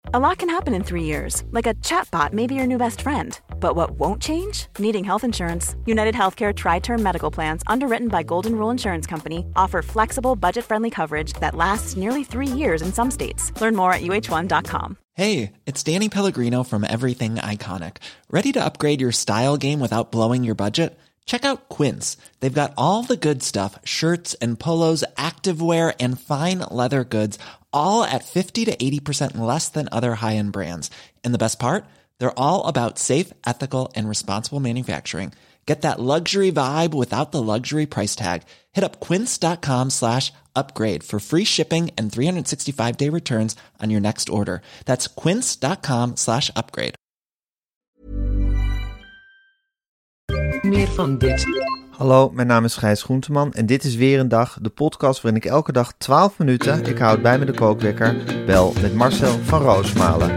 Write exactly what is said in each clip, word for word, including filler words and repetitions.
A lot can happen in three years, like a chatbot may be your new best friend. But what won't change? Needing health insurance. United Healthcare Tri-Term Medical Plans, underwritten by Golden Rule Insurance Company, offer flexible, budget-friendly coverage that lasts nearly three years in some states. Learn more at U H one dot com. Hey, it's Danny Pellegrino from Everything Iconic. Ready to upgrade your style game without blowing your budget? Check out Quince. They've got all the good stuff, shirts and polos, activewear, and fine leather goods, all at fifty to eighty percent less than other high-end brands. And the best part? They're all about safe, ethical, and responsible manufacturing. Get that luxury vibe without the luxury price tag. Hit up quince.com slash upgrade for free shipping and three sixty-five day returns on your next order. That's quince.com slash upgrade. Meer van dit. Hallo, mijn naam is Gijs Groenteman en dit is weer een dag, de podcast waarin ik elke dag twaalf minuten, ik houd bij me de kookwekker, bel met Marcel van Roosmalen.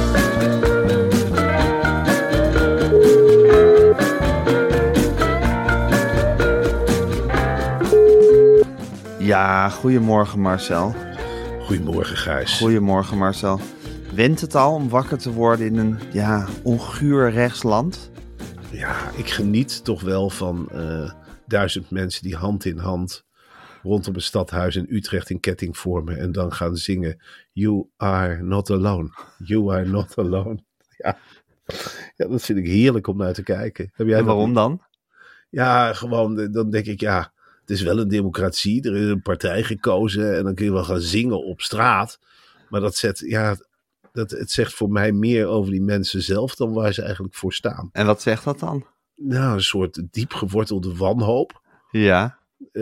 Ja, goedemorgen Marcel. Goedemorgen Gijs. Goedemorgen Marcel. Went het al om wakker te worden in een, ja, onguur rechtsland? Ja, ik geniet toch wel van uh, duizend mensen die hand in hand rondom het stadhuis in Utrecht in ketting vormen en dan gaan zingen You are not alone. You are not alone. Ja, ja dat vind ik heerlijk om naar te kijken. Heb jij en waarom dat? dan? Ja, gewoon, dan denk ik, ja, het is wel een democratie. Er is een partij gekozen en dan kun je wel gaan zingen op straat. Maar dat zet, ja, dat, het zegt voor mij meer over die mensen zelf dan waar ze eigenlijk voor staan. En wat zegt dat dan? Nou, een soort diep gewortelde wanhoop. Ja.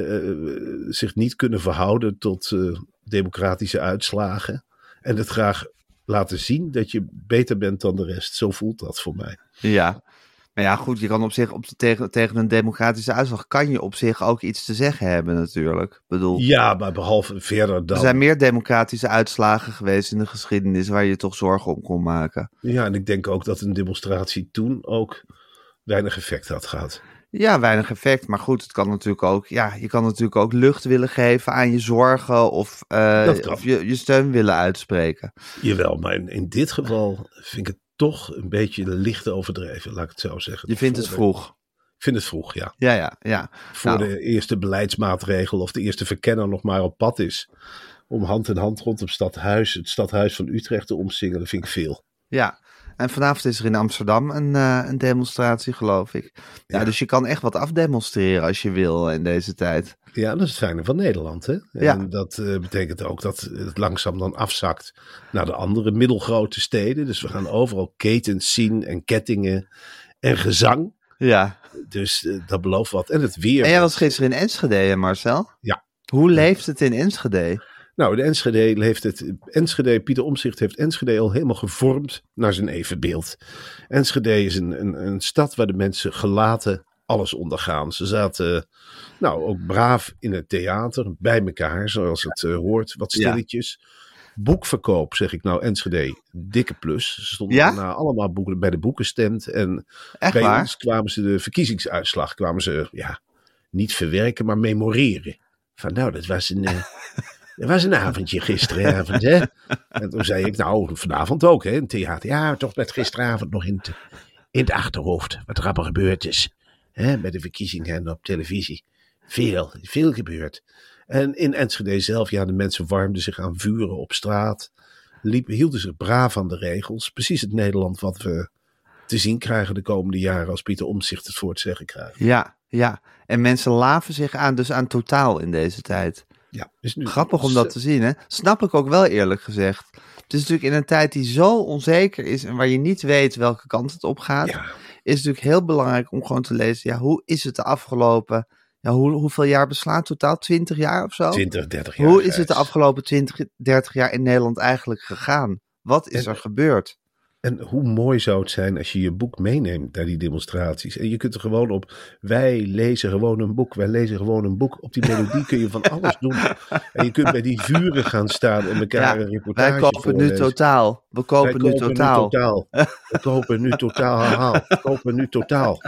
Uh, zich niet kunnen verhouden tot uh, democratische uitslagen. En het graag laten zien dat je beter bent dan de rest. Zo voelt dat voor mij. Ja. Maar ja, goed, je kan op zich op de, tegen, tegen een democratische uitslag kan je op zich ook iets te zeggen hebben natuurlijk. Ik bedoel, ja, maar behalve verder dan... Er zijn meer democratische uitslagen geweest in de geschiedenis waar je toch zorgen om kon maken. Ja, en ik denk ook dat een demonstratie toen ook weinig effect had gehad. Ja, weinig effect. Maar goed, het kan natuurlijk ook, ja, je kan natuurlijk ook lucht willen geven aan je zorgen of, uh, of je, je steun willen uitspreken. Jawel, maar in, in dit geval vind ik het toch een beetje licht overdreven, laat ik het zo zeggen. Je vindt het vroeg? Ik vind het vroeg, ja. Ja, ja, ja. Voor nou. de eerste beleidsmaatregel of de eerste verkenner nog maar op pad is. Om hand in hand rond het stadhuis, het stadhuis van Utrecht te omsingelen, vind ik veel. Ja, en vanavond is er in Amsterdam een, uh, een demonstratie, geloof ik. Ja, ja, dus je kan echt wat afdemonstreren als je wil in deze tijd. Ja, dat is het fijne van Nederland, hè? En ja. dat uh, betekent ook dat het langzaam dan afzakt naar de andere middelgrote steden. Dus we gaan overal ketens zien en kettingen en gezang. Ja. Dus uh, dat belooft wat. En het weer. En jij was gisteren in Enschede, hè, Marcel? Ja. Hoe leeft het in Enschede? Nou, de Enschede heeft het. Enschede, Pieter Omtzigt heeft Enschede al helemaal gevormd naar zijn evenbeeld. Enschede is een, een, een stad waar de mensen gelaten alles ondergaan. Ze zaten nou ook braaf in het theater, bij elkaar, zoals het uh, hoort, wat stilletjes. Ja. Boekverkoop, zeg ik nou, Enschede, dikke plus. Ze stonden ja? daarna allemaal boeken, bij de boekenstand. En echt bij waar? ons kwamen ze de verkiezingsuitslag, kwamen ze, ja, niet verwerken, maar memoreren. Van nou, dat was een... Uh, Dat was een avondje gisteravond, hè. En toen zei ik, nou, vanavond ook, hè, in theater. Ja, toch met gisteravond nog in het, in het achterhoofd wat er allemaal gebeurd is. Hè, bij de verkiezingen op televisie. Veel, veel gebeurd. En in Enschede zelf, ja, de mensen warmden zich aan vuren op straat. Liepen, hielden zich braaf aan de regels. Precies het Nederland wat we te zien krijgen de komende jaren als Pieter Omtzigt het voor het zeggen krijgt. Ja, ja. En mensen laven zich aan, dus aan Totaal in deze tijd. Ja, is nu grappig om dat te zien, hè? Snap ik ook wel, eerlijk gezegd. Het is natuurlijk in een tijd die zo onzeker is en waar je niet weet welke kant het op gaat, ja. is het natuurlijk heel belangrijk om gewoon te lezen, ja, hoe is het de afgelopen, ja, hoe, hoeveel jaar beslaat Totaal? twintig jaar of zo? twintig, dertig jaar. Hoe is het de afgelopen twintig, dertig jaar in Nederland eigenlijk gegaan? Wat is en, er gebeurd? En hoe mooi zou het zijn als je je boek meeneemt naar die demonstraties. En je kunt er gewoon op, wij lezen gewoon een boek, wij lezen gewoon een boek. Op die melodie kun je van alles doen. En je kunt bij die vuren gaan staan en elkaar ja, een reportage wij kopen voorlezen. nu Totaal. We kopen, wij nu, kopen totaal. nu Totaal. We kopen nu Totaal, haal. We kopen nu Totaal.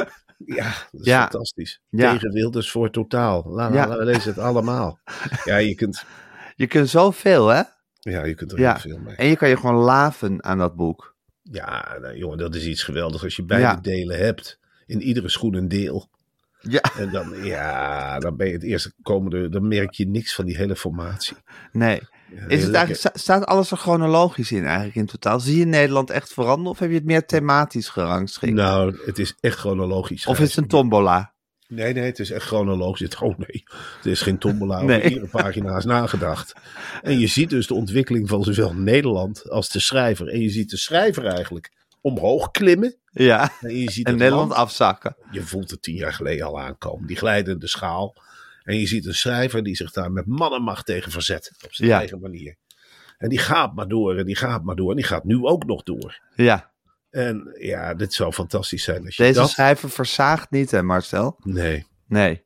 Ja, dat is ja. fantastisch. Ja. Tegen Wilders voor Totaal. Laat ja. la, la, lees het allemaal. Ja, je kunt... Je kunt zoveel, hè? Ja, je kunt er Ja. heel veel mee. En je kan je gewoon laven aan dat boek. Ja, nou, jongen, dat is iets geweldigs. Als je beide Ja. delen hebt, in iedere schoen een deel. Ja, En dan, ja, dan ben je het eerste komende, dan merk je niks van die hele formatie. nee. Ja, Is heel het lekker. eigenlijk, sta- staat alles er chronologisch in eigenlijk in totaal? Zie je Nederland echt veranderen of heb je het meer thematisch gerangschikt? Nou, het is echt chronologisch. Of is het een tombola? Nee, nee, het is echt chronologisch. Oh nee, het is geen tombola. Nee. Over iedere pagina is nagedacht. En je ziet dus de ontwikkeling van zowel Nederland als de schrijver. En je ziet de schrijver eigenlijk omhoog klimmen. Ja, En je ziet en het Nederland land- afzakken. Je voelt het tien jaar geleden al aankomen. Die glijdende schaal. En je ziet een schrijver die zich daar met man en macht tegen verzet. Op zijn Ja. eigen manier. En die gaat maar door en die gaat maar door. En die gaat nu ook nog door. Ja, En ja, dit zou fantastisch zijn als je deze dat... schrijver verzaagt niet hè Marcel? Nee. Nee.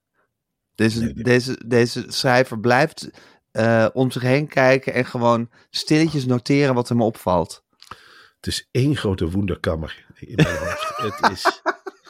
Deze, Nee, dit- deze, deze schrijver blijft eh, om zich heen kijken en gewoon stilletjes noteren wat hem opvalt. Het is één grote wonderkammer in mijn hoofd. Het is...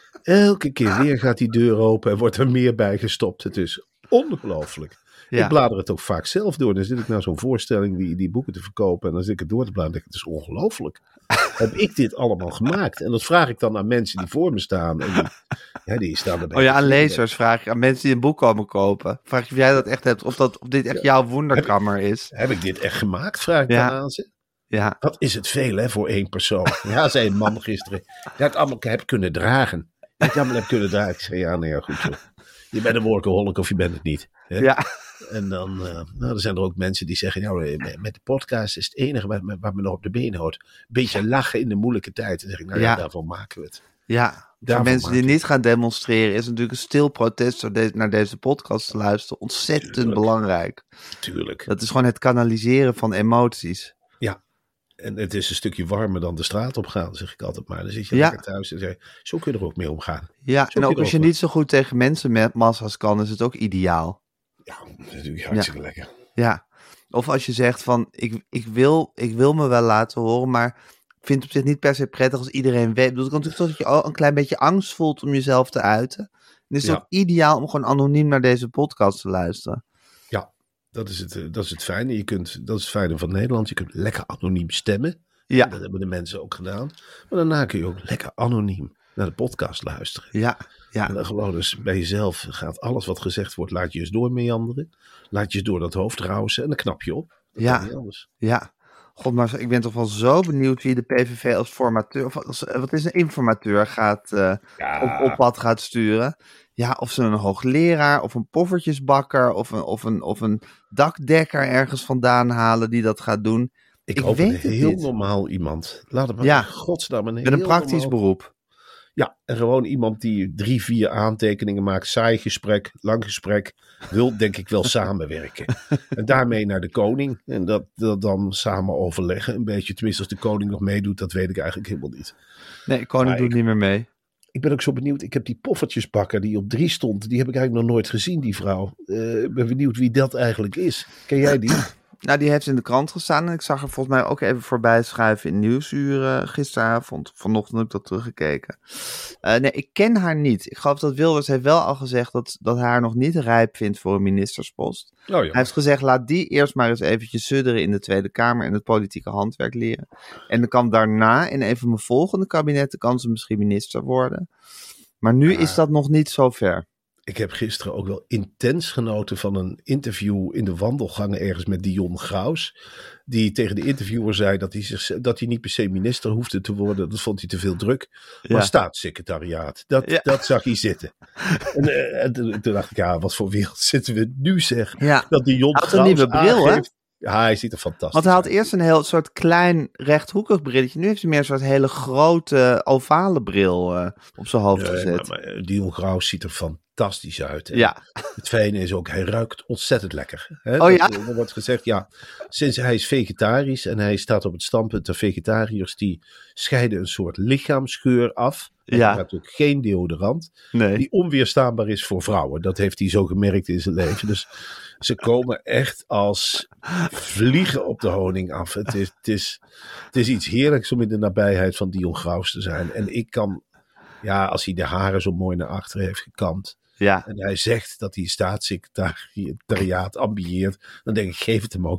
Elke keer weer gaat die deur open en wordt er meer bij gestopt. Het is ongelooflijk. Ja. Ik blader het ook vaak zelf door. Dan zit ik naar zo'n voorstelling die, die boeken te verkopen. En dan zit ik het door te bladeren. En denk ik, het is ongelooflijk. Heb ik dit allemaal gemaakt? En dat vraag ik dan aan mensen die voor me staan. En die, ja, die staan erbij. Oh ja, aan lezers vraag ik, aan mensen die een boek komen kopen. Vraag je of jij dat echt hebt, of, dat, of dit echt jouw wonderkammer is. Heb ik dit echt gemaakt? Vraag ik Ja. dan aan ze. Ja, Wat is het veel hè, voor één persoon? Ja, zei een man gisteren. Dat het allemaal heb kunnen dragen. Dat je het allemaal heb kunnen dragen. Ik zei, ja, nee, ja, goed zo. Je bent een workaholic of je bent het niet. Hè? ja, En dan uh, nou, er zijn er ook mensen die zeggen, nou, met de podcast is het enige wat, wat me nog op de benen houdt. Een beetje lachen in de moeilijke tijd. En dan zeg ik, nou ja, Ja. daarvoor maken we het. ja. Voor Daarvan mensen die maak niet gaan demonstreren is natuurlijk een stil protest door de- naar deze podcast te luisteren ontzettend Tuurlijk. belangrijk. Tuurlijk. Dat is gewoon het kanaliseren van emoties. Ja. En het is een stukje warmer dan de straat op gaan, zeg ik altijd maar. Dan zit je Ja. lekker thuis en zeg je, zo kun je er ook mee omgaan. Ja, Zo en ook kun je als je erover. niet zo goed tegen mensen met massa's kan, is het ook ideaal. Ja, dat is natuurlijk hartstikke lekker. Ja, of als je zegt van, ik, ik, wil, ik wil me wel laten horen, maar ik vind het op zich niet per se prettig als iedereen weet. Ik bedoel, het kan natuurlijk toch dat je al een klein beetje angst voelt om jezelf te uiten. Dan is het Ja. ook ideaal om gewoon anoniem naar deze podcast te luisteren. Ja, dat is het, eh, dat is het fijne. Je kunt, dat is het fijne van Nederland. Je kunt lekker anoniem stemmen. Ja, Dat hebben de mensen ook gedaan. Maar daarna kun je ook lekker anoniem naar de podcast luisteren. ja, En ja, dan gewoon dus bij jezelf gaat alles wat gezegd wordt, laat je eens door meanderen. Laat je eens door dat hoofd rausen en dan knap je op. Dat Ja. kan niet anders. ja. God, maar ik ben toch wel zo benieuwd wie de P V V als formateur, of als, wat is een informateur, gaat, eh, Ja, op, op pad gaat sturen. Ja, of ze een hoogleraar, of een poffertjesbakker, of een, of een, of een dakdekker ergens vandaan halen die dat gaat doen. ik, ik hoop weet een het heel niet. normaal iemand. Laat het maar Ja. in godsnaam een Met heel een praktisch normaal- beroep. Ja, en gewoon iemand die drie, vier aantekeningen maakt. Saai gesprek, lang gesprek. Wil denk ik wel samenwerken. En daarmee naar de koning. En dat, dat dan samen overleggen. Een beetje, tenminste als de koning nog meedoet, dat weet ik eigenlijk helemaal niet. Nee, koning Maar doet ik- niet meer mee. Ik ben ook zo benieuwd. Ik heb die poffertjesbakker die op drie stond. Die heb ik eigenlijk nog nooit gezien, die vrouw. Eh, Ik ben benieuwd wie dat eigenlijk is. Ken jij die? Nou, die heeft in de krant gestaan en ik zag er volgens mij ook even voorbij schuiven in Nieuwsuur gisteravond. Vanochtend heb ik dat teruggekeken. Eh, nee, ik ken haar niet. Ik geloof dat Wilders heeft wel al gezegd dat, dat hij haar nog niet rijp vindt voor een ministerspost. Oh ja. Hij heeft gezegd, laat die eerst maar eens eventjes sudderen in de Tweede Kamer en het politieke handwerk leren. En dan kan daarna in een van mijn volgende kabinetten kan ze misschien minister worden. Maar nu is dat nog niet zo ver. Ik heb gisteren ook wel intens genoten van een interview in de wandelgangen ergens met Dion Graus. Die tegen de interviewer zei dat hij, zich, dat hij niet per se minister hoefde te worden. Dat vond hij te veel druk. Maar Ja. staatssecretariaat, dat, Ja. dat zag hij zitten. En, eh, en toen toen dacht ik, ja, wat voor wereld zitten we nu zeg. Ja. Dat Dion Hij had Graus een nieuwe bril, hè? aangeeft- Ja, hij ziet er fantastisch Want hij had uit. eerst een heel soort klein rechthoekig brilletje. Nu heeft hij meer een soort hele grote ovale bril eh, op zijn hoofd Nee, gezet. maar, maar Dion Graus ziet er fantastisch uit. En Ja. Het fijne is ook, hij ruikt ontzettend lekker. Hè? Oh Dat- ja? Er wordt gezegd, ja, sinds hij is vegetarisch en hij staat op het standpunt dat vegetariërs die scheiden een soort lichaamsgeur af. En Ja. hij heeft ook geen deodorant. Nee. Die onweerstaanbaar is voor vrouwen. Dat heeft hij zo gemerkt in zijn leven. Dus ze komen echt als vliegen op de honing af. Het is, het is, het is iets heerlijks om in de nabijheid van Dion Graus te zijn. En ik kan, ja, als hij de haren zo mooi naar achteren heeft gekamd. Ja. En hij zegt dat hij staatssecretariaat ambieert. Dan denk ik, geef het hem ook maar.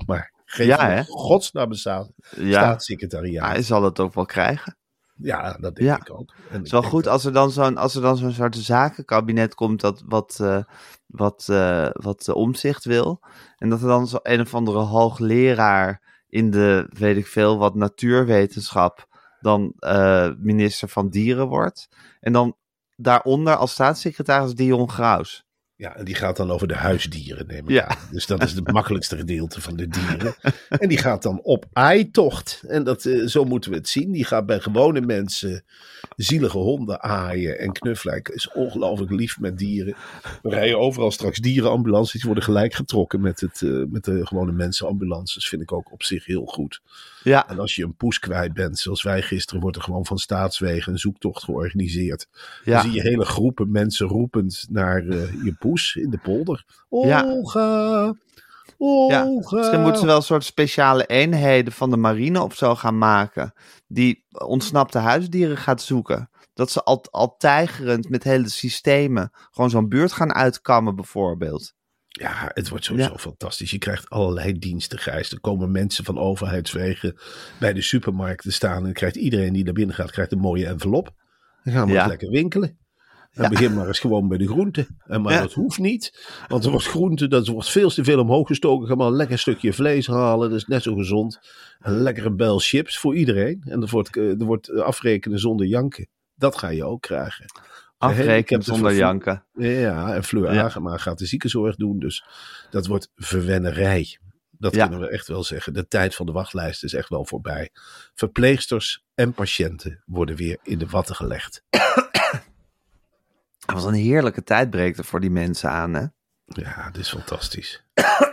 Geef Ja, hem hè? in godsnaam een sta- Ja. staatssecretariaat. Hij zal het ook wel krijgen. Ja, dat denk Ja. ik ook. En Het is ik wel denk goed dat- als er dan zo'n, als er dan zo'n soort zakenkabinet komt dat wat, eh wat, eh wat de Omtzigt wil. En dat er dan zo een of andere hoogleraar in de, weet ik veel, wat natuurwetenschap dan eh, minister van Dieren wordt. En dan daaronder als staatssecretaris Dion Graus. Ja, en die gaat dan over de huisdieren, neem ik Ja. aan. Dus dat is het makkelijkste gedeelte van de dieren. En die gaat dan op aaitocht. En dat, eh, zo moeten we het zien. Die gaat bij gewone mensen zielige honden aaien en knuffelen. Hij is ongelooflijk lief met dieren. We rijden overal straks dierenambulances. Die worden gelijk getrokken met, het, eh, met de gewone mensenambulances. Vind ik ook op zich heel goed. Ja, En als je een poes kwijt bent, zoals wij gisteren, wordt er gewoon van Staatswegen een zoektocht georganiseerd. ja. Dan zie je hele groepen mensen roepend naar uh, je poes in de polder. Ja. Olga, Olga. Ja, misschien moeten ze wel een soort speciale eenheden van de marine of zo gaan maken. Die ontsnapte huisdieren gaat zoeken. Dat ze al, al tijgerend met hele systemen gewoon zo'n buurt gaan uitkammen bijvoorbeeld. Ja, het wordt sowieso Ja. fantastisch. Je krijgt allerlei diensten, Gijs. Er komen mensen van overheidswegen bij de supermarkt te staan. En dan krijgt iedereen die naar binnen gaat, krijgt een mooie envelop. Dan gaan we Ja. eens lekker winkelen. En Ja. begin maar eens gewoon bij de groenten. En maar Ja. dat hoeft niet. Want er wordt groente, dat wordt veel te veel omhoog gestoken. Ga maar een lekker stukje vlees halen. Dat is net zo gezond. Een lekkere bel chips voor iedereen. En er wordt, eh, er wordt afrekenen zonder janken. Dat ga je ook krijgen. Afrekenen Gehandicapten zonder vervoer- janken. Ja, en Fleur Ja. Agema gaat de ziekenzorg doen. Dus dat wordt verwennerij. Dat Ja. kunnen we echt wel zeggen. De tijd van de wachtlijst is echt wel voorbij. Verpleegsters en patiënten worden weer in de watten gelegd. Het was een heerlijke tijd breekt er voor die mensen aan, hè? Ja, het is fantastisch.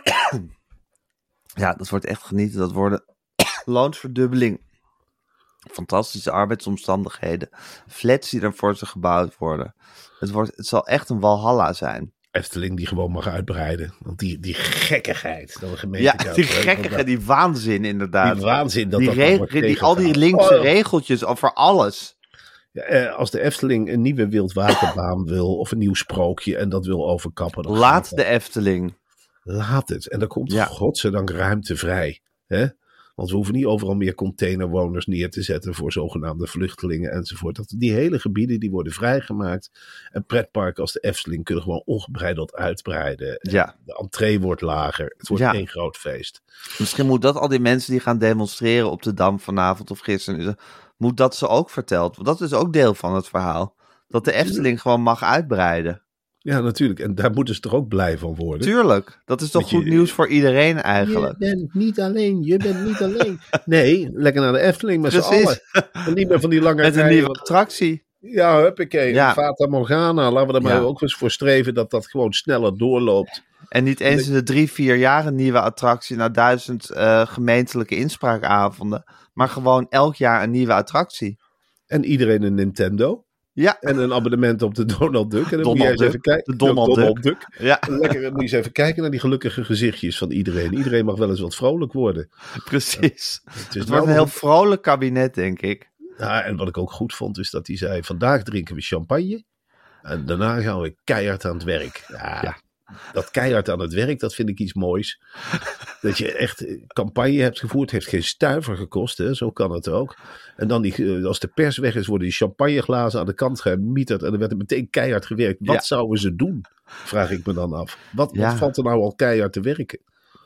Ja, dat wordt echt genieten. Dat worden loonsverdubbeling. Fantastische arbeidsomstandigheden. Flats die ervoor ze gebouwd worden. Het, wordt, het zal echt een walhalla zijn. Efteling die gewoon mag uitbreiden. Want die, die gekkigheid. Dat de gemeente Ja, kan- die dat- gekkige, die waanzin inderdaad. Die waanzin dat die dat reg- dan wordt die, al die tegengehouden. linkse Oh. regeltjes over alles. Ja, eh, als de Efteling een nieuwe wildwaterbaan wil. Of een nieuw sprookje. En dat wil overkappen. Dan Laat gaat de dat. Efteling. Laat het. En dan komt Ja. godzijdank ruimte vrij. Hè? Want we hoeven niet overal meer containerwoners neer te zetten voor zogenaamde vluchtelingen enzovoort. Dat, die hele gebieden die worden vrijgemaakt. En pretparken als de Efteling kunnen gewoon ongebreideld uitbreiden. En Ja. de entree wordt lager. Het wordt Ja. één groot feest. Misschien moet dat al die mensen die gaan demonstreren op de Dam vanavond of gisteren, moet dat ze ook verteld. Want dat is ook deel van het verhaal. Dat de Efteling gewoon mag uitbreiden. Ja, natuurlijk. En daar moeten ze toch ook blij van worden. Tuurlijk. Dat is toch Dat je- goed nieuws voor iedereen eigenlijk. Je bent niet alleen, je bent niet alleen. Nee, lekker naar de Efteling met z'n Precies. allen. En niet meer van die lange Met een rijen. nieuwe attractie. Ja, huppakee. Ja. Fata Morgana. Laten we er maar Ja. ook eens voor streven dat dat gewoon sneller doorloopt. En niet eens in de drie, vier jaar een nieuwe attractie na duizend eh, gemeentelijke inspraakavonden. Maar gewoon elk jaar een nieuwe attractie. En iedereen een Nintendo. Ja, En een abonnement op de Donald Duck. En dan moet Donald je eens Duck. even kijken. De Donald Duck. ja, En lekker moet je eens even kijken naar die gelukkige gezichtjes van iedereen. Iedereen mag wel eens wat vrolijk worden. precies. Het is Het wel wordt een nog heel vrolijk kabinet, denk ik. Ja, en wat ik ook goed vond, is dat hij zei: vandaag drinken we champagne. En daarna gaan we keihard aan het werk. Ja, Ja. Dat keihard aan het werk, dat vind ik iets moois. Dat je echt eh, campagne hebt gevoerd, heeft geen stuiver gekost. Hè? Zo kan het ook. En dan, die, eh, als de pers weg is, worden die champagneglazen aan de kant gemieterd. En dan werd er meteen keihard gewerkt. Wat Ja. zouden ze doen? Vraag ik me dan af. Wat, Ja. wat valt er nou al keihard te werken?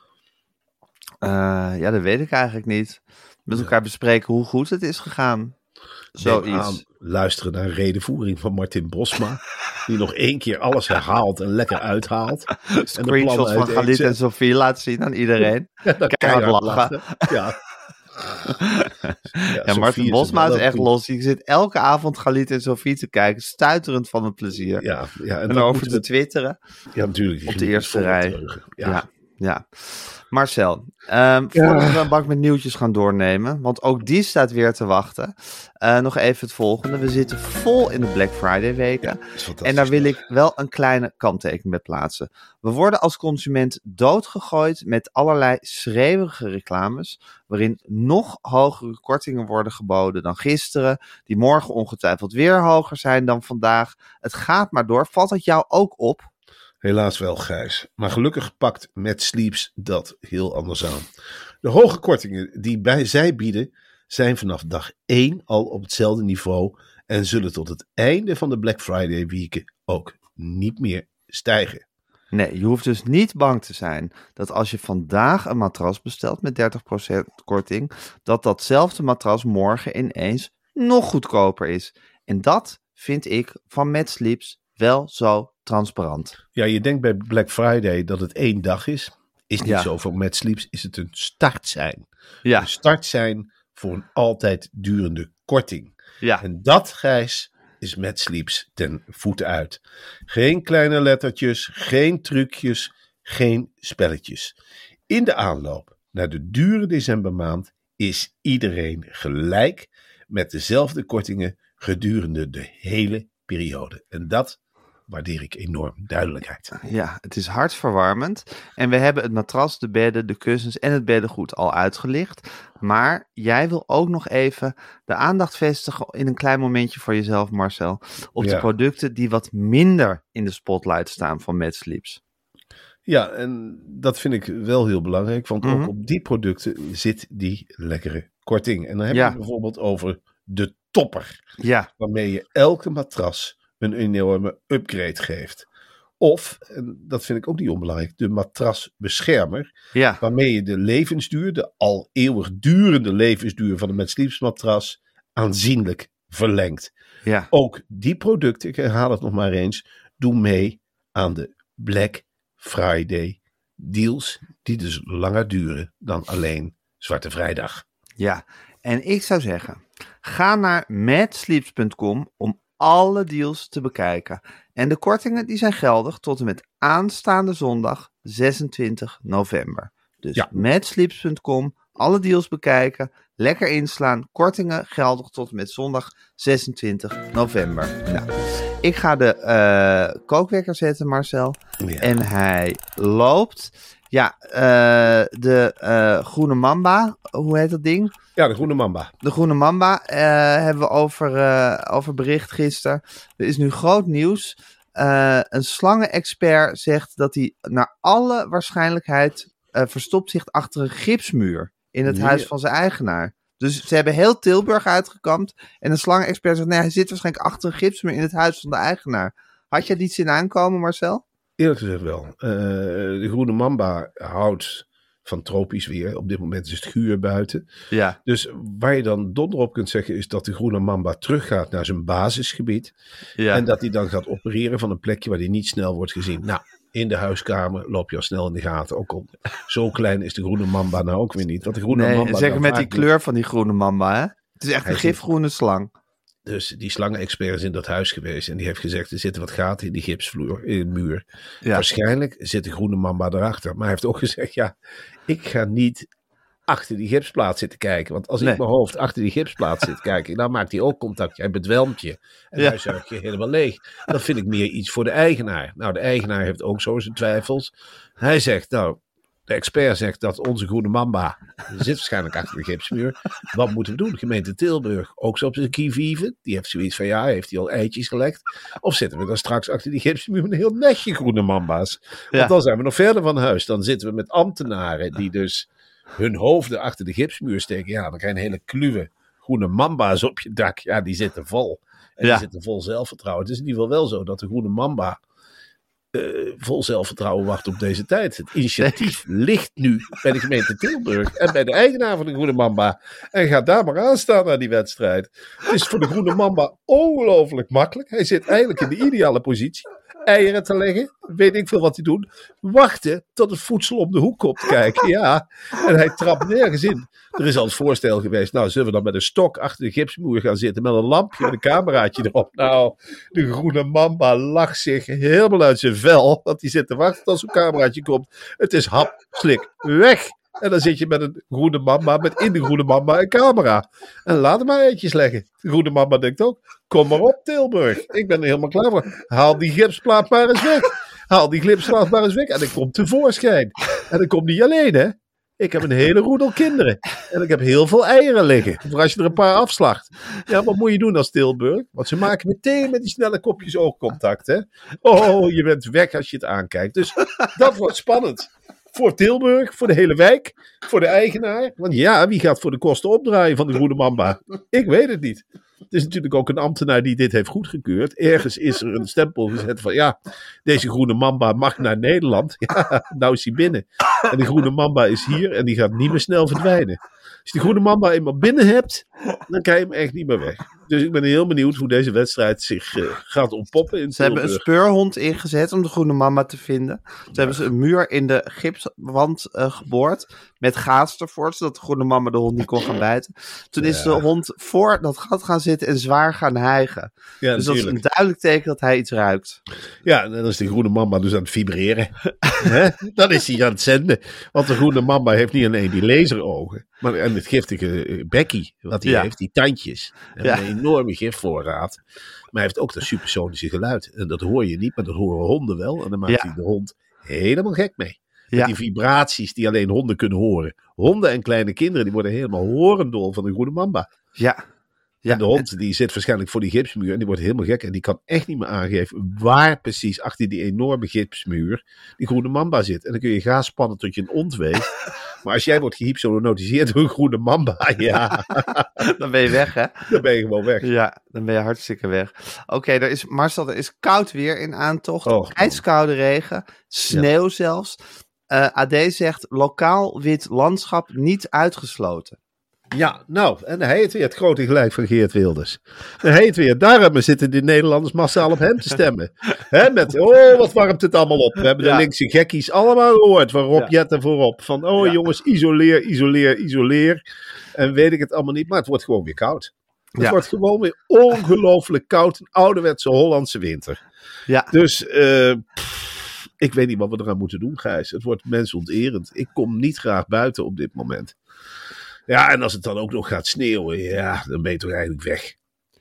Eh, ja, dat weet ik eigenlijk niet. Met elkaar bespreken hoe goed het is gegaan. Neem aan, Zoiets. luisteren naar een redenvoering van Martin Bosma. Die nog één keer alles herhaalt en lekker uithaalt. Screenshots van Galit en Sofie laat zien aan iedereen. Ja, dan keihard lachen. Ja. Ja, Martin Bosma is echt los. Je zit elke avond Galit en Sofie te kijken. Stuiterend van het plezier. Ja, ja, en, En dan over moeten te we- twitteren. Ja, natuurlijk. die op de genieten eerste vol rij. teugen. Ja, Ja. ja. Marcel, ehm, voordat we een bak met nieuwtjes gaan doornemen, want ook die staat weer te wachten. eh, nog even het volgende. We zitten vol in de Black Friday weken. Dat is fantastisch. En daar wil ik wel een kleine kanttekening bij plaatsen. We worden als consument doodgegooid met allerlei schreeuwige reclames, waarin nog hogere kortingen worden geboden dan gisteren, die morgen ongetwijfeld weer hoger zijn dan vandaag. Het gaat maar door. Valt het jou ook op? Helaas wel, Gijs. Maar gelukkig pakt Mad Sleeps dat heel anders aan. De hoge kortingen die bij zij bieden zijn vanaf dag één al op hetzelfde niveau en zullen tot het einde van de Black Friday weken ook niet meer stijgen. Nee, je hoeft dus niet bang te zijn dat als je vandaag een matras bestelt met dertig procent korting, dat datzelfde matras morgen ineens nog goedkoper is. En dat vind ik van Mad Sleeps wel zo transparant. Ja, je denkt bij Black Friday dat het één dag is. Is niet Ja. zo. Voor Mad Sleeps is het een start zijn. Ja, Een start zijn voor een altijd durende korting. ja, En dat, Gijs, is Mad Sleeps ten voeten uit. Geen kleine lettertjes, geen trucjes, geen spelletjes. In de aanloop naar de dure decembermaand is iedereen gelijk met dezelfde kortingen gedurende de hele periode. En dat waardeer ik enorm. Duidelijkheid. ja, het is hartverwarmend. En we hebben het matras, de bedden, de kussens en het beddengoed al uitgelicht. Maar jij wil ook nog even de aandacht vestigen in een klein momentje voor jezelf, Marcel. Op de Ja. producten die wat minder in de spotlight staan van Mad Sleeps. Ja, en dat vind ik wel heel belangrijk, want Mhm. ook op die producten zit die lekkere korting. En dan heb je Ja. het bijvoorbeeld over de topper, Ja, waarmee je elke matras een enorme upgrade geeft. Of, en dat vind ik ook niet onbelangrijk, de matrasbeschermer, ja, waarmee je de levensduur, de al eeuwig durende levensduur van een Mad Sleeps matras aanzienlijk verlengt. ja. Ook die producten, ik herhaal het nog maar eens, doen mee aan de Black Friday deals, die dus langer duren dan alleen Zwarte Vrijdag. Ja, en ik zou zeggen, ga naar madsleeps punt com om alle deals te bekijken. En de kortingen die zijn geldig tot en met aanstaande zondag zesentwintig november. Dus Ja. madsleeps punt com, alle deals bekijken, lekker inslaan, kortingen geldig tot en met zondag zesentwintig november. Nou, ik ga de eh, kookwekker zetten, Marcel. Ja. En hij loopt. Ja, eh, de eh, Groene Mamba, hoe heet dat ding? Ja, de Groene Mamba. De Groene Mamba eh, hebben we over, eh, over bericht gisteren. Er is nu groot nieuws. Eh, een slangenexpert zegt dat hij naar alle waarschijnlijkheid eh, verstopt zich achter een gipsmuur in het Ja. huis van zijn eigenaar. Dus ze hebben heel Tilburg uitgekampt. En een slangenexpert zegt, nee, hij zit waarschijnlijk achter een gipsmuur in het huis van de eigenaar. Had jij die zien aankomen, Marcel? Eerlijk gezegd wel. Uh, de Groene Mamba houdt van tropisch weer. Op dit moment is het guur buiten. Ja. Dus waar je dan donder op kunt zeggen is dat de Groene Mamba teruggaat naar zijn basisgebied. Ja. En dat hij dan gaat opereren van een plekje waar hij niet snel wordt gezien. Nou, in de huiskamer loop je al snel in de gaten. Ook al zo klein is de Groene Mamba nou ook weer niet. Want de Groene Nee, Mamba zeker dan met die vaak kleur van die Groene Mamba, hè? Het is echt Hij een zit- gifgroene slang. Dus die slangenexpert is in dat huis geweest. En die heeft gezegd, er zitten wat gaten in die gipsvloer, in de muur. Ja. Waarschijnlijk zit de Groene Mamba erachter. Maar hij heeft ook gezegd, ja, ik ga niet achter die gipsplaat zitten kijken. Want als Nee. ik mijn hoofd achter die gipsplaat zit kijken, dan maakt hij ook contact. Hij bedwelmt je. En Ja. hij zuigt je helemaal leeg. Dat vind ik meer iets voor de eigenaar. Nou, de eigenaar heeft ook zo zijn twijfels. Hij zegt, nou, de expert zegt dat onze Groene Mamba zit waarschijnlijk achter de gipsmuur. Wat moeten we doen? Gemeente Tilburg, ook zo op zijn kievieven. Die heeft zoiets van, ja, heeft hij al eitjes gelegd? Of zitten we dan straks achter die gipsmuur met een heel netje Groene Mamba's? Want Ja. dan zijn we nog verder van huis. Dan zitten we met ambtenaren die dus hun hoofden achter de gipsmuur steken. Ja, dan krijg je een hele kluwe Groene Mamba's op je dak. Ja, die zitten vol. En Ja. die zitten vol zelfvertrouwen. Het is in ieder geval wel zo dat de Groene Mamba eh, vol zelfvertrouwen wacht op deze tijd. Het initiatief ligt nu bij de gemeente Tilburg en bij de eigenaar van de Groene Mamba. En gaat daar maar aan staan naar die wedstrijd. Het is voor de Groene Mamba ongelooflijk makkelijk. Hij zit eigenlijk in de ideale positie. Eieren te leggen, weet ik veel wat hij doet. Wachten tot het voedsel om de hoek komt kijken. Ja, en hij trapt nergens in. Er is al het voorstel geweest, nou zullen we dan met een stok achter de gipsmuur gaan zitten met een lampje met een cameraatje erop. Nou, de Groene Mamba lacht zich helemaal uit zijn vel, want die zit te wachten tot zo'n cameraatje komt. Het is hap, slik, weg. En dan zit je met een Groene Mamba, met in de Groene Mamba een camera. En laat hem maar eitjes leggen. De Groene Mamba denkt ook, kom maar op Tilburg. Ik ben er helemaal klaar voor. Haal die gipsplaat maar eens weg. Haal die gipsplaat maar eens weg. En ik kom tevoorschijn. En ik kom niet alleen, hè. Ik heb een hele roedel kinderen. En ik heb heel veel eieren liggen. Voor als je er een paar afslacht. Ja, wat moet je doen als Tilburg? Want ze maken meteen met die snelle kopjes oogcontact, hè. Oh, je bent weg als je het aankijkt. Dus dat wordt spannend. Voor Tilburg, voor de hele wijk, voor de eigenaar. Want ja, wie gaat voor de kosten opdraaien van de Groene Mamba? Ik weet het niet. Het is natuurlijk ook een ambtenaar die dit heeft goedgekeurd. Ergens is er een stempel gezet van ja, deze Groene Mamba mag naar Nederland. Ja, nou is hij binnen. En de Groene Mamba is hier en die gaat niet meer snel verdwijnen. Als je de Groene Mamba eenmaal binnen hebt, dan kan je hem echt niet meer weg. Dus ik ben heel benieuwd hoe deze wedstrijd zich uh, gaat ontpoppen. In ze hebben een speurhond ingezet om de Groene Mamba te vinden. Ze ja. hebben ze een muur in de gipswand uh, geboord met gaas ervoor, zodat de Groene Mamba de hond niet kon gaan bijten. Toen is ja. de hond voor dat gat gaan zitten en zwaar gaan hijgen. Ja, dus dat is een duidelijk teken dat hij iets ruikt. Ja, en dan is de Groene Mamba dus aan het vibreren. Dan is hij aan het zenden. Want de Groene Mamba heeft niet alleen die laserogen, maar en het giftige bekkie wat hij ja. heeft, die tandjes. En ja. een enorme gifvoorraad. Maar hij heeft ook dat supersonische geluid. En dat hoor je niet, maar dat horen honden wel. En dan maakt ja. hij de hond helemaal gek mee. Met ja. die vibraties die alleen honden kunnen horen. Honden en kleine kinderen die worden helemaal horendol van de Groene Mamba. Ja. Ja. En de hond die zit waarschijnlijk voor die gipsmuur en die wordt helemaal gek. En die kan echt niet meer aangeven waar precies achter die enorme gipsmuur die Groene Mamba zit. En dan kun je gaas spannen tot je een ont weet. Maar als jij wordt gehypnotiseerd door een Groene Mamba, ja. Dan ben je weg, hè? Dan ben je gewoon weg. Ja, dan ben je hartstikke weg. Oké, okay, er is Marcel, er is koud weer in aantocht. Oh, ijskoude regen, sneeuw ja. zelfs. Uh, A D zegt, lokaal wit landschap niet uitgesloten. Ja, nou, en hij heeft weer het grote gelijk van Geert Wilders. En hij heeft weer, daarom zitten de Nederlanders massaal op hem te stemmen. He, met, oh, wat warmt het allemaal op. We hebben ja. de linkse gekkies allemaal gehoord, van Rob ja. Jetten voorop. Van, oh ja. jongens, isoleer, isoleer, isoleer. En weet ik het allemaal niet, maar het wordt gewoon weer koud. Het ja. wordt gewoon weer ongelooflijk koud, een ouderwetse Hollandse winter. Ja. Dus, uh, pff, ik weet niet wat we eraan moeten doen, Gijs. Het wordt mensonterend. Ik kom niet graag buiten op dit moment. Ja, en als het dan ook nog gaat sneeuwen, ja, dan ben je toch eigenlijk weg.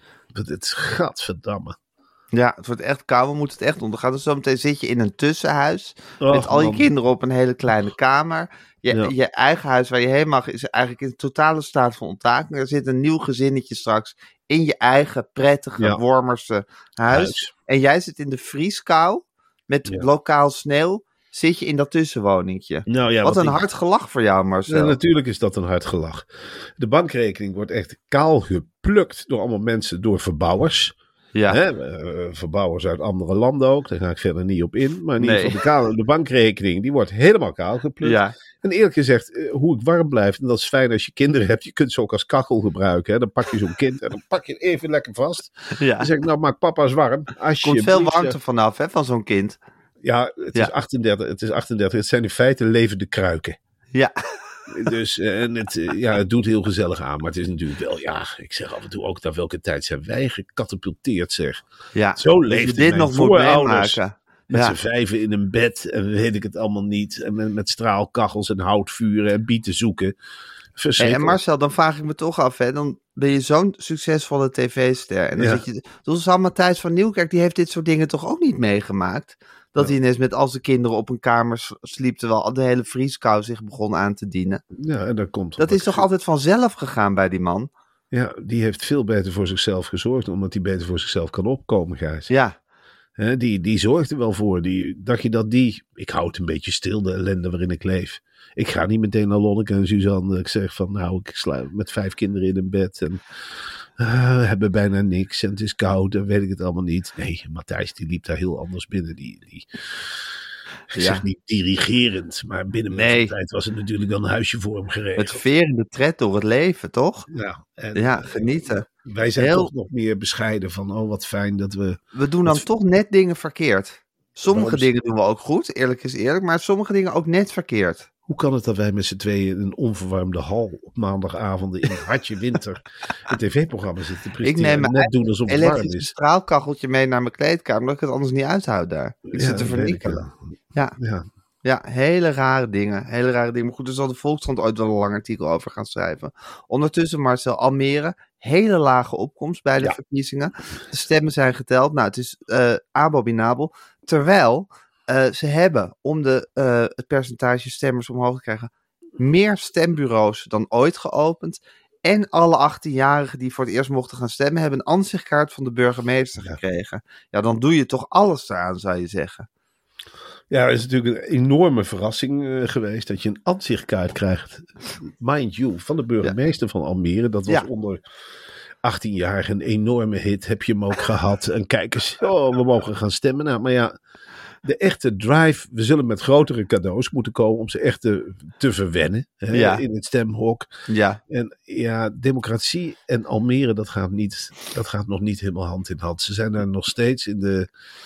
Het gadverdamme. Ja, het wordt echt koud, we moeten het echt ondergaan. Dus zometeen zit je in een tussenhuis, oh, met al je man. kinderen op een hele kleine kamer. Je, ja. je eigen huis waar je heen mag is eigenlijk in een totale staat van onttaking. Er zit een nieuw gezinnetje straks in je eigen prettige, ja. warmerste huis. huis. En jij zit in de vrieskou met ja. lokaal sneeuw. Zit je in dat tussenwoningje. Nou ja, wat een ik... hard gelach voor jou, Marcel. Ja, natuurlijk is dat een hard gelach. De bankrekening wordt echt kaal geplukt door allemaal mensen, door verbouwers. Ja. Hè, uh, verbouwers uit andere landen ook, daar ga ik verder niet op in. Maar in ieder geval, de, kaal, de bankrekening, die wordt helemaal kaal geplukt. Ja. En eerlijk gezegd, uh, hoe ik warm blijf, en dat is fijn als je kinderen hebt, je kunt ze ook als kachel gebruiken. Hè. Dan pak je zo'n kind en dan pak je het even lekker vast. Ja. Dan zeg ik, nou maak papa's warm. Er komt veel warmte vanaf, hè, van zo'n kind. Ja, het ja. is achtendertig. Het is achtendertig. Het zijn in feite levende kruiken. Ja. Dus en het, ja, het doet heel gezellig aan. Maar het is natuurlijk wel, ja, ik zeg af en toe ook, naar welke tijd zijn wij gecatapulteerd, zeg. Ja. Zo leefde dit nog voorouders. Met ja. z'n vijven in een bed en weet ik het allemaal niet. En met, met straalkachels en houtvuren en bieten zoeken. Hey, en Marcel, dan vraag ik me toch af, hè. Dan ben je zo'n succesvolle tv-ster. En dan ja. zit je. Dus Matthijs van Nieuwkerk, die heeft dit soort dingen toch ook niet meegemaakt? Dat ja. hij ineens met al zijn kinderen op een kamer sliep, terwijl de hele vrieskou zich begon aan te dienen. Ja, en daar komt dat is toch ge... altijd vanzelf gegaan bij die man? Ja, die heeft veel beter voor zichzelf gezorgd, omdat hij beter voor zichzelf kan opkomen, Gijs. Ja. He, die, die zorgt er wel voor. Die, dacht je dat die... Ik houd het een beetje stil, de ellende waarin ik leef. Ik ga niet meteen naar Lonneke en Suzanne. Ik zeg van, nou, ik sluit met vijf kinderen in een bed en... Uh, we hebben bijna niks en het is koud en weet ik het allemaal niet. Nee, Matthijs die liep daar heel anders binnen. Die, die, ik ja. zeg niet dirigerend, maar binnen nee. mijn tijd was het natuurlijk wel een huisje voor hem geregeld. Met verende tred door het leven, toch? Ja, en, ja genieten. Wij zijn heel... toch nog meer bescheiden van, oh wat fijn dat we... We doen dan het... toch net dingen verkeerd. Sommige Waarom... dingen doen we ook goed, eerlijk is eerlijk, maar sommige dingen ook net verkeerd. Hoe kan het dat wij met z'n tweeën in een onverwarmde hal op maandagavonden in het hartje winter een tv-programma zitten te presenteren? Ik neem net doen alsof het warm is. Een straalkacheltje mee naar mijn kleedkamer, omdat ik het anders niet uithoud daar. Ik ja, zit te vernikkelen. Ja. Ja. ja, hele rare dingen. Hele rare dingen. Maar goed, er zal de Volkskrant ooit wel een lang artikel over gaan schrijven. Ondertussen Marcel, Almere, hele lage opkomst bij de ja. verkiezingen. De stemmen zijn geteld. Nou, het is uh, abominabel. Terwijl... Uh, ze hebben, om de, uh, het percentage stemmers omhoog te krijgen, meer stembureaus dan ooit geopend. En alle achttienjarigen die voor het eerst mochten gaan stemmen, hebben een ansichtkaart van de burgemeester ja. gekregen. Ja, dan doe je toch alles eraan, zou je zeggen. Ja, het is natuurlijk een enorme verrassing uh, geweest dat je een ansichtkaart krijgt. Mind you, van de burgemeester ja. van Almere. Dat was ja. onder achttien jaar een enorme hit. Heb je hem ook gehad? En kijk eens, oh, we mogen gaan stemmen. Nou, maar ja, de echte drive. We zullen met grotere cadeaus moeten komen om ze echt te, te verwennen. Hè, ja. In het stemhok. Ja. En ja, democratie en Almere, dat gaat, niet, dat gaat nog niet helemaal hand in hand. Ze zijn daar nog steeds in de...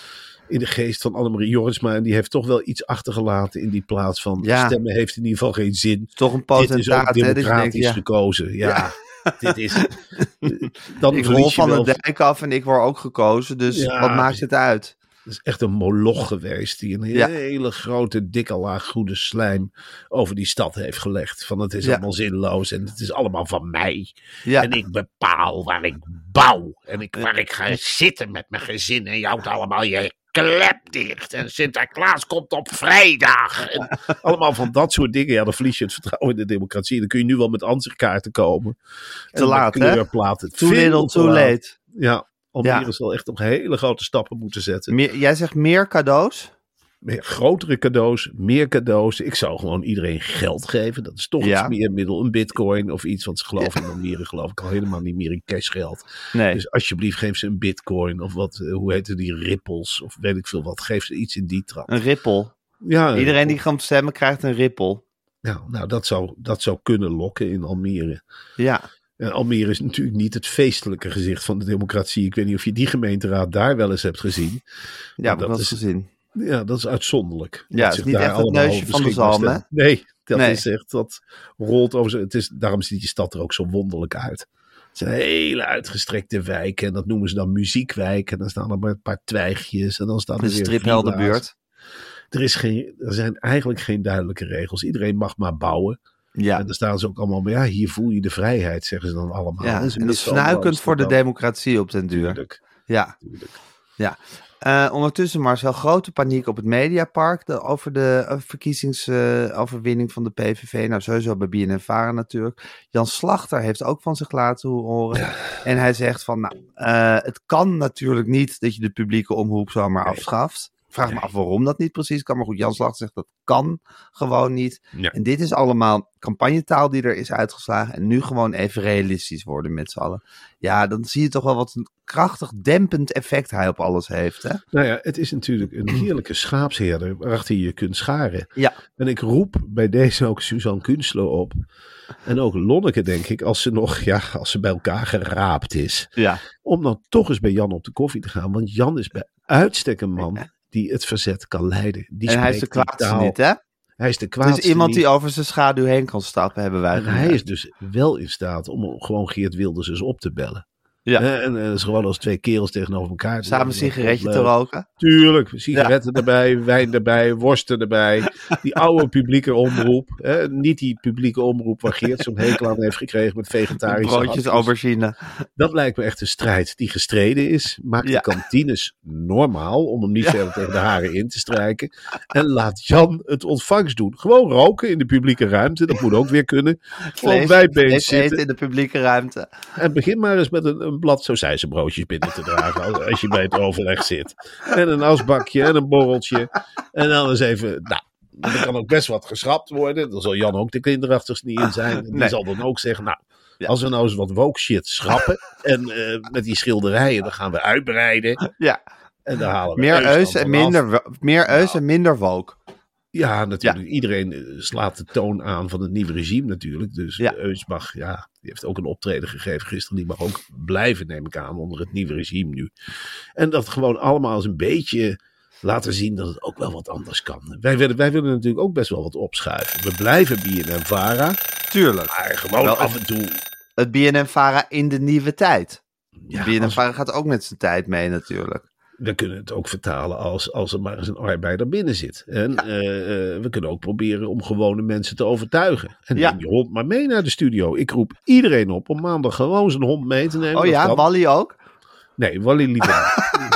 in de geest van Annemarie Jorritsma. En die heeft toch wel iets achtergelaten in die plaats van... Ja. Stemmen heeft in ieder geval geen zin. Toch een potentaat, dit is ook democratisch denkt, ja. gekozen. Ja, ja. dit is... Dan ik rol van wel... de dijk af en ik word ook gekozen. Dus ja, wat maakt het uit? Het is echt een moloch geweest... die een ja. hele grote, dikke laag goede slijm... over die stad heeft gelegd. Van het is ja. allemaal zinloos en het is allemaal van mij. Ja. En ik bepaal waar ik bouw. En ik, waar ik ga zitten met mijn gezin. En je houdt allemaal je... klep dicht. En Sinterklaas komt op vrijdag. En allemaal van dat soort dingen. Ja, dan verlies je het vertrouwen in de democratie. Dan kun je nu wel met ansichtkaarten komen. Te en laat, hè? Too little, too late. Ja, Almere ja. zal echt nog hele grote stappen moeten zetten. Meer, jij zegt meer cadeaus? Meer, grotere cadeaus, meer cadeaus. Ik zou gewoon iedereen geld geven. Dat is toch ja. iets meer middel. Een bitcoin of iets. Want ze geloven ja. in Almere geloof ik al helemaal niet meer in cashgeld. Nee. Dus alsjeblieft geef ze een bitcoin. Of wat, hoe heten die, ripples. Of weet ik veel wat. Geef ze iets in die trap. Een ripple. Ja, een iedereen ripple. Die gaat stemmen krijgt een ripple. Nou, nou dat, zou, dat zou kunnen lokken in Almere. Ja. En Almere is natuurlijk niet het feestelijke gezicht van de democratie. Ik weet niet of je die gemeenteraad daar wel eens hebt gezien. Ja, dat, dat is gezien. Ja, dat is uitzondelijk. Ja, het is niet echt het neusje van de zalm, hè? Nee, dat nee. is echt, dat rolt over zo. Het is, daarom ziet die stad er ook zo wonderlijk uit. Het zijn hele uitgestrekte wijken en dat noemen ze dan muziekwijken. En dan staan er maar een paar twijgjes en dan staan er weer stripheldenbuurt. Er is geen, er zijn eigenlijk geen duidelijke regels. Iedereen mag maar bouwen. Ja. En dan staan ze ook allemaal bij, ja, hier voel je de vrijheid, zeggen ze dan allemaal. Ja, en, en dat is fnuikend voor de democratie op den duur. Tuurlijk. Ja. Tuurlijk. Ja. Uh, ondertussen Marcel, grote paniek op het Mediapark de, over de uh, verkiezingsoverwinning uh, van de P V V. Nou, sowieso bij B N N Vara natuurlijk. Jan Slachter heeft ook van zich laten horen. Ja. En hij zegt van, nou, uh, het kan natuurlijk niet dat je de publieke omroep zomaar nee. afschaft. Vraag me af waarom dat niet precies kan. Maar goed, Jan Slachter zegt dat kan gewoon niet. Ja. En dit is allemaal campagnetaal die er is uitgeslagen. En nu gewoon even realistisch worden met z'n allen. Ja, dan zie je toch wel wat een krachtig dempend effect hij op alles heeft. Hè? Nou ja, het is natuurlijk een heerlijke schaapsherder waarachter je je kunt scharen. Ja. En ik roep bij deze ook Suzanne Kunstler op. En ook Lonneke, denk ik, als ze nog, ja, als ze bij elkaar geraapt is. Ja. Om dan toch eens bij Jan op de koffie te gaan. Want Jan is bij uitstek een man die het verzet kan leiden. Die en hij is de kwaadste niet, hè? Hij is de kwaadste Het is iemand niet. die over zijn schaduw heen kan stappen, hebben wij. En hij is dus wel in staat om gewoon Geert Wilders eens op te bellen. Ja. En, en dat is gewoon als twee kerels tegenover elkaar. Samen een sigaretje te roken. Tuurlijk, sigaretten ja. erbij, wijn erbij, worsten erbij. Die oude publieke omroep. Hè? Niet die publieke omroep waar Geert zo'n hekel aan heeft gekregen met vegetarische broodjes hapjes. Aubergine. Dat lijkt me echt een strijd die gestreden is. Maak ja. de kantines normaal, om hem niet ja. verder tegen de haren in te strijken. En laat Jan het ontvangst doen. Gewoon roken in de publieke ruimte, dat moet ook weer kunnen. Gewoon bijbeen zitten. in de publieke ruimte. En begin maar eens met een, een blad sausijzenbroodjes binnen te dragen als, als je bij het overleg zit. En een asbakje en een borreltje. En dan eens even, nou, er kan ook best wat geschrapt worden. Dan zal Jan ook de kinderachtigst niet in zijn. Die nee. zal dan ook zeggen, nou, ja. als we nou eens wat woke shit schrappen en uh, met die schilderijen, dan gaan we uitbreiden. Ja. En dan halen we meer eus en minder, meer eus nou. en minder woke. Ja, natuurlijk. Ja. Iedereen slaat de toon aan van het nieuwe regime natuurlijk. Dus ja. Eus mag, ja, die heeft ook een optreden gegeven gisteren. Die mag ook blijven, neem ik aan, onder het nieuwe regime nu. En dat gewoon allemaal eens een beetje laten zien dat het ook wel wat anders kan. Wij willen, wij willen natuurlijk ook best wel wat opschuiven. We blijven B N N Vara. Tuurlijk. Maar gewoon wel af en toe. Het B N N Vara in de nieuwe tijd. Ja, B N N Vara gaat ook met zijn tijd mee natuurlijk. We kunnen het ook vertalen als, als er maar eens een arbeider binnen zit. En ja. uh, uh, we kunnen ook proberen om gewone mensen te overtuigen. En ja. neem je hond maar mee naar de studio. Ik roep iedereen op om maandag gewoon zijn hond mee te nemen. Oh ja, kan. Wally ook? Nee, Wally liever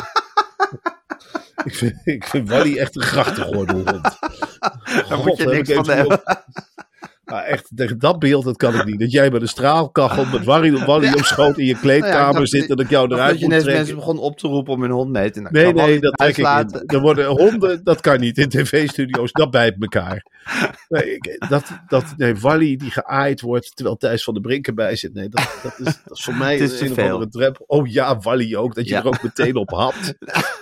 ik, vind, ik vind Wally echt een grachtengordelhond. Daar moet je niks van hebben. Maar echt, tegen dat beeld, dat kan ik niet. Dat jij bij de straalkachel met Wally, Wally Ja. op schoot in je kleedkamer Nou ja, ik dacht- zit en dat ik jou Of eruit dat je moet ineens trekken. mensen begon op te roepen om hun hond mee te nemen. Nee, Ik kan nee, wel dat niet trek ik thuis in. laten. Er worden honden, dat kan niet. In tv-studio's, dat bijt elkaar. Nee, ik, dat, dat, nee, Wally die geaaid wordt terwijl Thijs van der Brink erbij zit. Nee, dat, dat, is, dat is voor mij Het is te een of veel. andere drep. Oh ja, Wally ook. Dat je Ja. er ook meteen op hapt.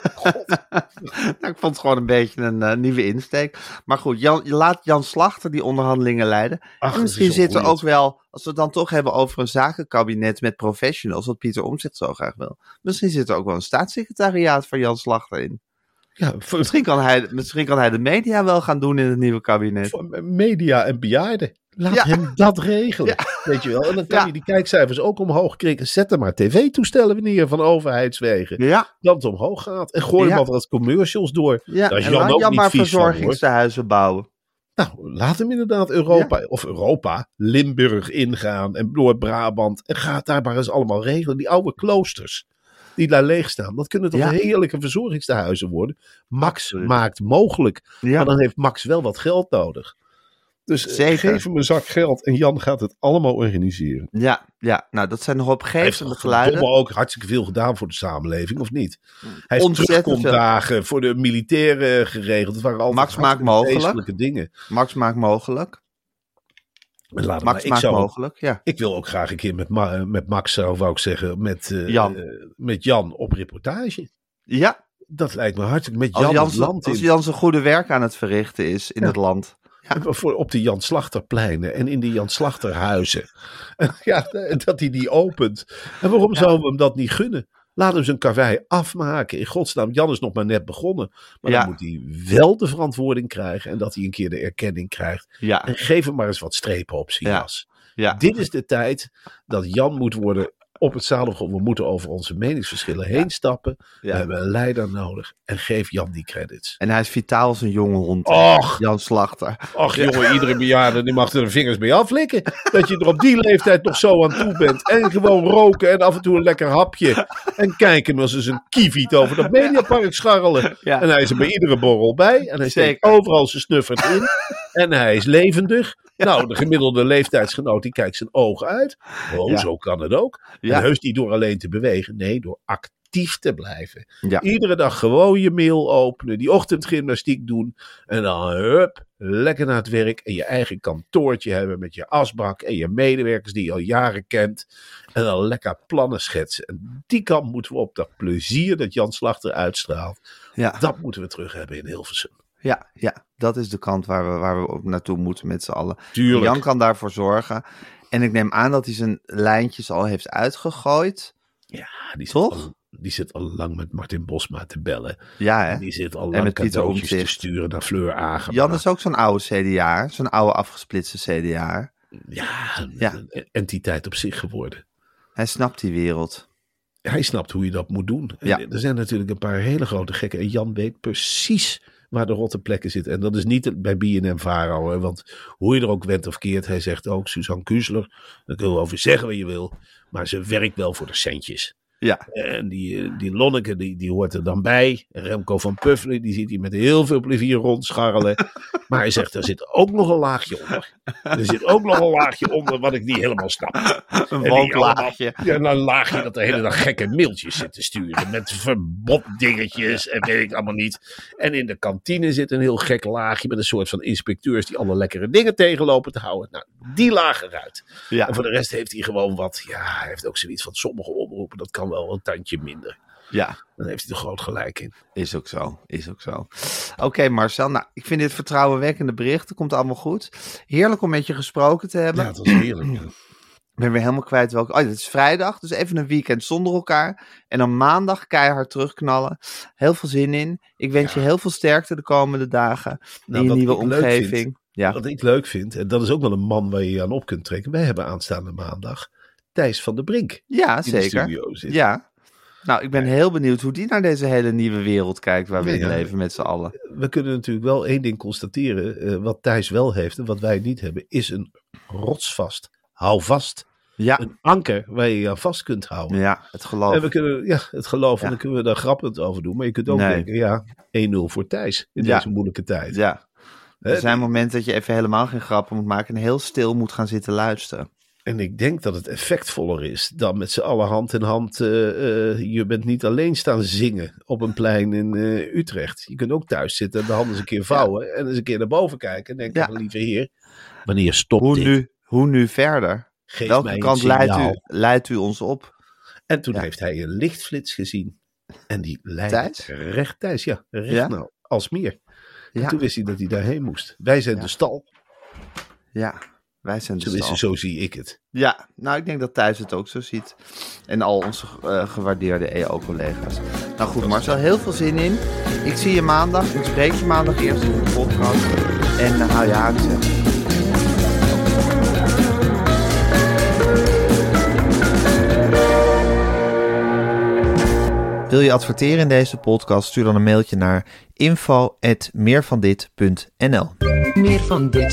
Nou, ik vond het gewoon een beetje een eh, nieuwe insteek. Maar goed, Jan, je laat Jan Slachter die onderhandelingen leiden. Ach, en misschien dat is zit er ongoed. ook wel, als we het dan toch hebben over een zakenkabinet met professionals, wat Pieter Omtzigt zo graag wil. Misschien zit er ook wel een staatssecretariaat van Jan Slachter in. Ja, voor, Misschien kan hij, misschien kan hij de media wel gaan doen in het nieuwe kabinet. voor media en bejaarden. Laat Ja. hem dat regelen. Weet je wel. En dan kan Ja. je die kijkcijfers ook omhoog krikken. Zet er maar tv-toestellen neer van overheidswegen. Ja, Dat het omhoog gaat. En gooi Ja. hem altijd commercials door. ja. Daar is En Jan laat ook Jan niet maar vies van, hoor. verzorgingstehuizen bouwen. Nou, laat hem inderdaad Europa, of Europa, Limburg ingaan en Noord-Brabant. En ga het daar maar eens allemaal regelen. Die oude kloosters die daar leeg staan. Dat kunnen toch Ja. heerlijke verzorgingstehuizen worden. Max Absoluut. maakt mogelijk. Ja. Maar dan heeft Max wel wat geld nodig. Dus eh, Zeker. geef hem een zak geld en Jan gaat het allemaal organiseren. Ja, ja, nou dat zijn nog Hij heeft opgevende toch geluiden. verdomme ook hartstikke veel gedaan voor de samenleving, of niet? Hij heeft Ontzettend terugkomdagen voor de militairen geregeld. Dat waren altijd Max maakt hartstikke mogelijk. wezenlijke dingen. Max maakt mogelijk. En laat hem Max maar. Ik maakt zou- mogelijk, ja. Ik wil ook graag een keer met, Ma- eh, met Max, zou wou ik zeggen, met, eh, Jan. eh, met Jan op reportage. Ja, Dat lijkt me hartstikke met als Jan Jan, het land als in. Jan zijn goede werk aan het verrichten is in Ja. het land. En voor, op de Jan Slachterpleinen en in de Jan Slachterhuizen. En ja, dat hij die opent. En waarom zouden we hem dat niet gunnen? Laat hem zijn karwei afmaken. In godsnaam, Jan is nog maar net begonnen. Maar Ja. dan moet hij wel de verantwoording krijgen. En dat hij een keer de erkenning krijgt. Ja, En geef hem maar eens wat strepen op zijn Ja. jas. ja. Dit is de tijd dat Jan moet worden op het zadel. We moeten over onze meningsverschillen heen stappen. Ja. We hebben een leider nodig. En geef Jan die credits. En hij is vitaal als een jonge hond. Och, Jan Slachter. ach jongen, iedere bejaarde die mag er de vingers mee aflikken. Dat je er op die leeftijd nog zo aan toe bent. En gewoon roken en af en toe een lekker hapje. En kijken als ze zijn kieviet over dat mediapark scharrelen. Ja. En hij is er bij iedere borrel bij. En hij steekt Zeker. overal zijn snuffert in. En hij is levendig. Nou, de gemiddelde leeftijdsgenoot die kijkt zijn ogen uit. Oh, Ja. zo kan het ook. Ja. En heus niet door alleen te bewegen. Nee, door actief te blijven. Ja. Iedere dag gewoon je mail openen. Die ochtendgymnastiek doen. En dan hup, lekker naar het werk. En je eigen kantoortje hebben met je asbak. En je medewerkers die je al jaren kent. En dan lekker plannen schetsen. En die kant moeten we op. Dat plezier dat Jan Slachter uitstraalt. Ja. Dat moeten we terug hebben in Hilversum. Ja, ja, dat is de kant waar we, waar we ook naartoe moeten met z'n allen. Tuurlijk. Jan kan daarvoor zorgen. En ik neem aan dat hij zijn lijntjes al heeft uitgegooid. Ja, die zit, Toch? al, die zit al lang met Martin Bosma te bellen. Ja, hè? En die zit al En lang met Pieter cadeautjes te Omtzigt. sturen naar Fleur Agema. Jan is ook zo'n oude C D A, zo'n oude afgesplitste C D A. Ja, een, Ja. een entiteit op zich geworden. Hij snapt die wereld. Hij snapt hoe je dat moet doen. En Ja. Er zijn natuurlijk een paar hele grote gekken. En Jan weet precies waar de rotte plekken zitten. En dat is niet bij B N M Varo. Hè, want hoe je er ook went of keert. Hij zegt ook, Suzanne Kuusler. Daar kun je over zeggen wat je wil. Maar ze werkt wel voor de centjes. Ja, En die, die Lonneke, die, die hoort er dan bij. En Remco van Puffelen, die ziet hij met heel veel plezier rondscharrelen. Maar hij zegt, er zit ook nog een laagje onder. Er zit ook nog een laagje onder wat ik niet helemaal snap. een En die wooklaagje. allemaal- Ja, een laagje dat de hele dag gekke mailtjes zit te sturen. Met verboddingetjes en weet ik allemaal niet. En in de kantine zit een heel gek laagje met een soort van inspecteurs die alle lekkere dingen tegenlopen te houden. Nou, die laag eruit. Ja, En voor de rest heeft hij gewoon wat, ja, hij heeft ook zoiets van sommige omroepen, dat kan wel een tandje minder. ja. Dan heeft hij er groot gelijk in. Is ook zo, is ook zo. Oké Marcel, nou, ik vind dit vertrouwenwekkende berichten. Komt allemaal goed. Heerlijk om met je gesproken te hebben. Ja, dat is heerlijk. Ja. Ik ben weer helemaal kwijt welke. Oh, het is vrijdag, dus even een weekend zonder elkaar. En dan maandag keihard terugknallen. Heel veel zin in. Ik wens je heel veel sterkte de komende dagen. Nou, in je wat nieuwe ik leuk omgeving. vind, Ja. Wat ik leuk vind, en dat is ook wel een man waar je je aan op kunt trekken. Wij hebben aanstaande maandag Thijs van der Brink ja, in de zeker. studio zitten. Ja. Nou, ik ben heel benieuwd hoe die naar deze hele nieuwe wereld kijkt waar we Ja, in ja. leven met z'n allen. We kunnen natuurlijk wel één ding constateren. eh, wat Thijs wel heeft en wat wij niet hebben, is een rotsvast, hou vast. Ja, Een anker waar je je aan vast kunt houden. ja, het geloof. En we kunnen, ja, het geloof, en Ja. dan kunnen we daar grappend over doen. Maar je kunt ook Nee. denken, ja, één nul voor Thijs in Ja. deze moeilijke tijd. Ja. Er zijn momenten dat je even helemaal geen grappen moet maken en heel stil moet gaan zitten luisteren. En ik denk dat het effectvoller is dan met z'n allen hand in hand. Uh, uh, je bent niet alleen staan zingen op een plein in uh, Utrecht. Je kunt ook thuis zitten en de handen eens een keer vouwen. Ja. En eens een keer naar boven kijken. En denken, ja. lieve heer, wanneer stopt hoe dit? Nu, hoe nu verder? Geef Welke mij kant leidt u, leidt u ons op? En toen ja. heeft hij een lichtflits gezien. En die leidde Thijs? recht Thijs, ja. Recht ja? nou, als meer. En ja. toen wist hij dat hij daarheen moest. Wij zijn ja. de stal. Ja, wij zijn de Tenminste, stal. zo zie ik het. Ja, nou ik denk dat Thijs het ook zo ziet. En al onze uh, gewaardeerde E O-collega's. Nou goed, Marcel, heel veel zin in. Ik zie je maandag. Ik spreek je maandag eerst in de podcast. En uh, hou je haak zeg. Wil je adverteren in deze podcast? Stuur dan een mailtje naar info at meervandit punt n l. Meer van dit.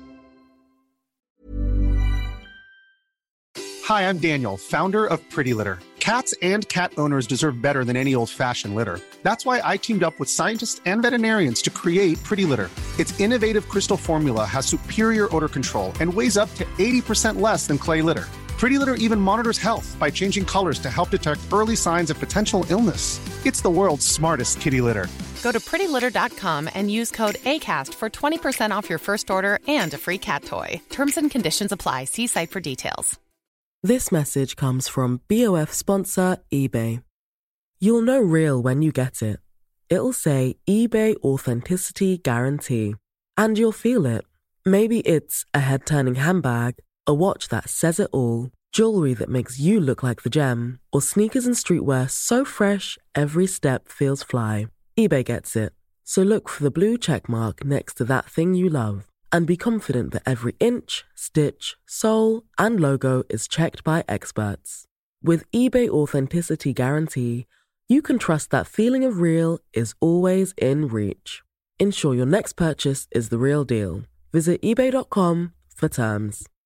Hi, I'm Daniel, founder of Pretty Litter. Cats and cat owners deserve better than any old-fashioned litter. That's why I teamed up with scientists and veterinarians to create Pretty Litter. Its innovative crystal formula has superior odor control and weighs up to eighty percent less than clay litter. Pretty Litter even monitors health by changing colors to help detect early signs of potential illness. It's the world's smartest kitty litter. Go to pretty litter dot com and use code ACAST for twenty percent off your first order and a free cat toy. Terms and conditions apply. See site for details. This message comes from B O F sponsor eBay. You'll know real when you get it. It'll say eBay Authenticity Guarantee. And you'll feel it. Maybe it's a head-turning handbag, a watch that says it all, jewelry that makes you look like the gem, or sneakers and streetwear so fresh every step feels fly. eBay gets it. So look for the blue check mark next to that thing you love. And be confident that every inch, stitch, sole, and logo is checked by experts. With eBay Authenticity Guarantee, you can trust that feeling of real is always in reach. Ensure your next purchase is the real deal. Visit ebay dot com for terms.